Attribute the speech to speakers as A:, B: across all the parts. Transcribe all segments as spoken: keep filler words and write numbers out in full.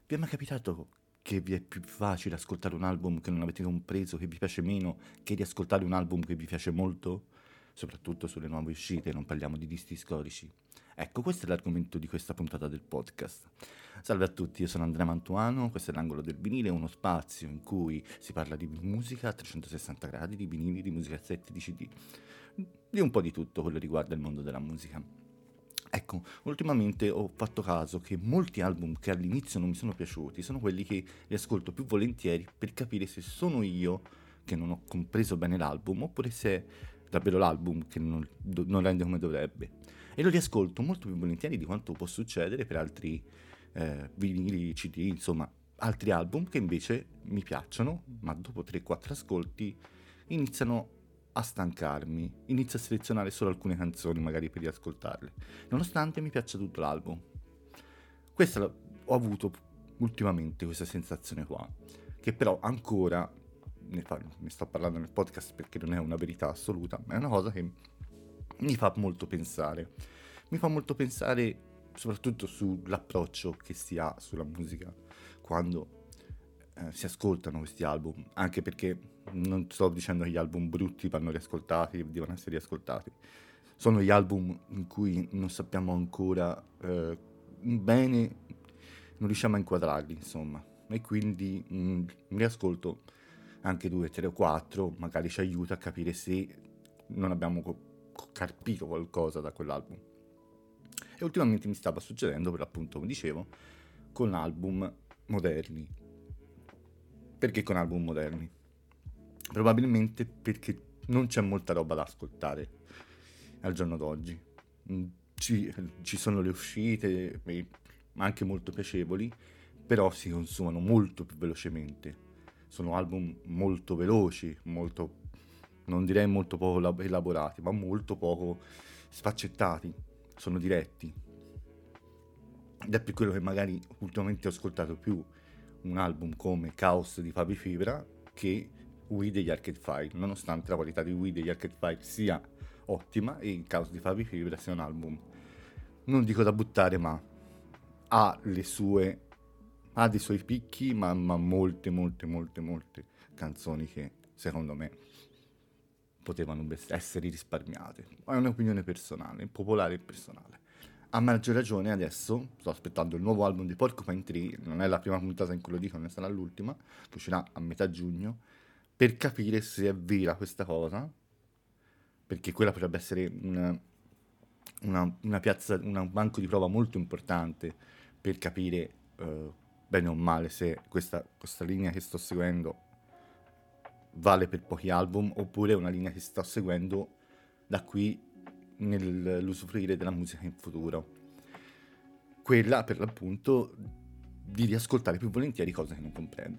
A: Vi è mai capitato che vi è più facile ascoltare un album che non avete compreso, che vi piace meno, che riascoltare un album che vi piace molto? Soprattutto sulle nuove uscite, non parliamo di dischi storici. Ecco, questo è l'argomento di questa puntata del podcast. Salve a tutti, io sono Andrea Mantuano, questo è l'angolo del vinile, uno spazio in cui si parla di musica a trecentosessanta gradi, di vinili, di musicazzetti, di C D, di un po' di tutto quello che riguarda il mondo della musica. Ecco, ultimamente ho fatto caso che molti album che all'inizio non mi sono piaciuti sono quelli che riascolto più volentieri per capire se sono io che non ho compreso bene l'album oppure se è davvero l'album che non, do- non rende come dovrebbe. E lo riascolto molto più volentieri di quanto può succedere per altri eh, vinili, C D, insomma, altri album che invece mi piacciono, ma dopo tre quattro ascolti iniziano a stancarmi, inizio a selezionare solo alcune canzoni magari per riascoltarle, nonostante mi piaccia tutto l'album. Questa la- ho avuto ultimamente questa sensazione qua, che però ancora, ne, fa- ne sto parlando nel podcast perché non è una verità assoluta, ma è una cosa che mi fa molto pensare. Mi fa molto pensare soprattutto sull'approccio che si ha sulla musica quando eh, si ascoltano questi album, anche perché non sto dicendo che gli album brutti vanno riascoltati, devono essere riascoltati. Sono gli album in cui non sappiamo ancora eh, bene, non riusciamo a inquadrarli, insomma. E quindi mh, un riascolto anche due, tre o quattro magari ci aiuta a capire se non abbiamo co- co- carpito qualcosa da quell'album. E ultimamente mi stava succedendo, per l'appunto, come dicevo, con album moderni. Perché con album moderni? Probabilmente perché non c'è molta roba da ascoltare al giorno d'oggi. Mm, Ci, ci sono le uscite, e- ma anche molto piacevoli, però si consumano molto più velocemente. Sono album molto veloci, molto, non direi molto poco lab- elaborati, ma molto poco sfaccettati, sono diretti. Ed è per quello che magari ultimamente ho ascoltato più un album come Chaos di Fabi Fibra che We degli Arcade Fire, nonostante la qualità di We degli Arcade Fire sia ottima e il Chaos di Fabi Fibra sia un album, non dico da buttare, ma ha le sue, ha dei suoi picchi, ma, ma molte, molte, molte, molte canzoni che secondo me potevano bes- essere risparmiate. Ma è un'opinione personale, popolare e personale. A maggior ragione adesso sto aspettando il nuovo album di Porcupine Tree, non è la prima puntata in cui lo dico, non sarà l'ultima, che uscirà a metà giugno, per capire se è vera questa cosa, perché quella potrebbe essere una, una, una piazza, un banco di prova molto importante per capire eh, bene o male se questa, questa linea che sto seguendo vale per pochi album oppure è una linea che sto seguendo da qui nell'usufruire della musica in futuro. Quella per l'appunto di riascoltare più volentieri cose che non comprendo.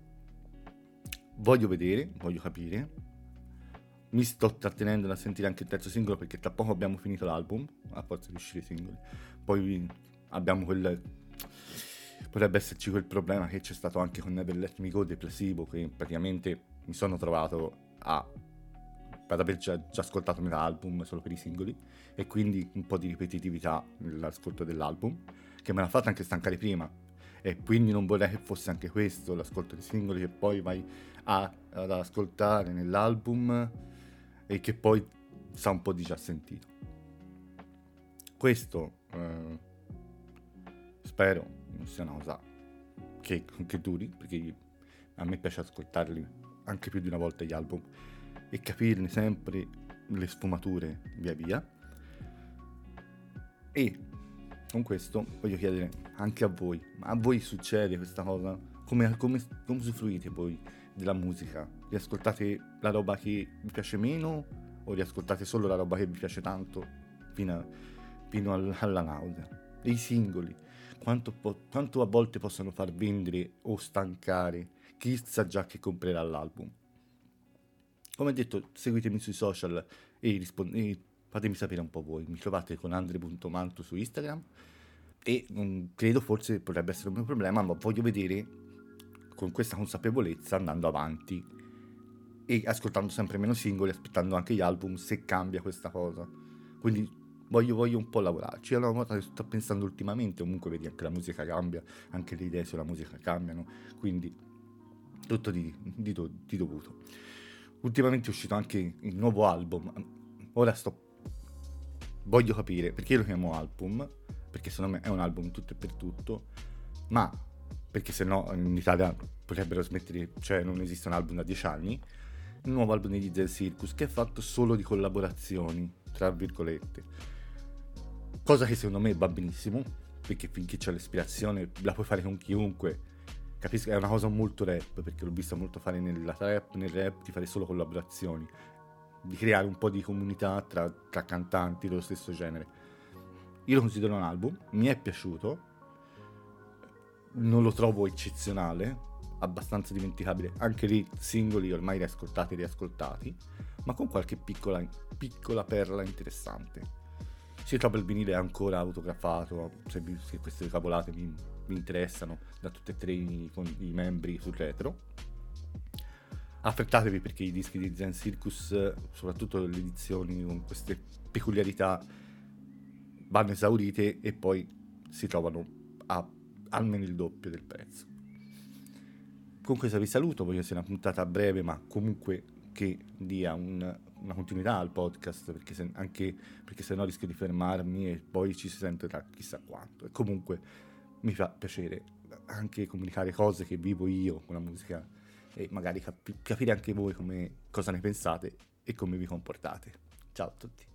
A: Voglio vedere, voglio capire. Mi sto trattenendo da sentire anche il terzo singolo perché tra poco abbiamo finito l'album, a forza di uscire i singoli. Poi abbiamo quel... potrebbe esserci quel problema che c'è stato anche con Never Let Me Go dei Placebo, che praticamente mi sono trovato a per aver già, già ascoltato metà album solo per i singoli e quindi un po' di ripetitività nell'ascolto dell'album che me l'ha fatto anche stancare prima e quindi non vorrei che fosse anche questo l'ascolto dei singoli che poi vai a, ad ascoltare nell'album e che poi sa un po' di già sentito. Questo eh, spero non sia una cosa che, che duri, perché a me piace ascoltarli anche più di una volta gli album e capirne sempre le sfumature via via. E con questo voglio chiedere anche a voi, ma a voi succede questa cosa? Come, come, come usufruite voi della musica? Riascoltate la roba che vi piace meno o riascoltate solo la roba che vi piace tanto fino, a, fino al, alla nausea? E i singoli, quanto, po- quanto a volte possono far vendere o stancare chi sa già che comprerà l'album? Come detto, seguitemi sui social e, rispon- e fatemi sapere un po' voi. Mi trovate con andre punto manto su Instagram e mm, credo forse potrebbe essere un mio problema, ma voglio vedere con questa consapevolezza andando avanti e ascoltando sempre meno singoli, aspettando anche gli album se cambia questa cosa. Quindi voglio, voglio un po' lavorarci, è una cosa che sto pensando ultimamente, comunque vedi anche la musica cambia, anche le idee sulla musica cambiano, quindi tutto di, di, do- di dovuto. Ultimamente è uscito anche il nuovo album, ora sto voglio capire perché io lo chiamo album, perché secondo me è un album tutto e per tutto, ma perché se no in Italia potrebbero smettere, cioè non esiste un album da dieci anni. Il nuovo album degli Zen Circus, che è fatto solo di collaborazioni, tra virgolette, cosa che secondo me va benissimo, perché finché c'è l'ispirazione la puoi fare con chiunque. Capisco, è una cosa molto rap, perché l'ho visto molto fare nella trap, nel rap, di fare solo collaborazioni, di creare un po' di comunità tra, tra cantanti dello stesso genere. Io lo considero un album, mi è piaciuto, non lo trovo eccezionale, abbastanza dimenticabile, anche lì singoli ormai riascoltati e riascoltati, ma con qualche piccola, piccola perla interessante. Si trova il vinile ancora autografato, se, se queste cavolate mi, mi interessano, da tutti e tre i, i membri sul retro. Affrettatevi perché i dischi di Zen Circus, soprattutto le edizioni con queste peculiarità, vanno esaurite e poi si trovano a almeno il doppio del prezzo. Con questo vi saluto, voglio sia una puntata breve ma comunque che dia un, una continuità al podcast, perché se, anche perché se no rischio di fermarmi e poi ci si sente da chissà quanto. E comunque mi fa piacere anche comunicare cose che vivo io con la musica e magari cap- capire anche voi come, cosa ne pensate e come vi comportate. Ciao a tutti.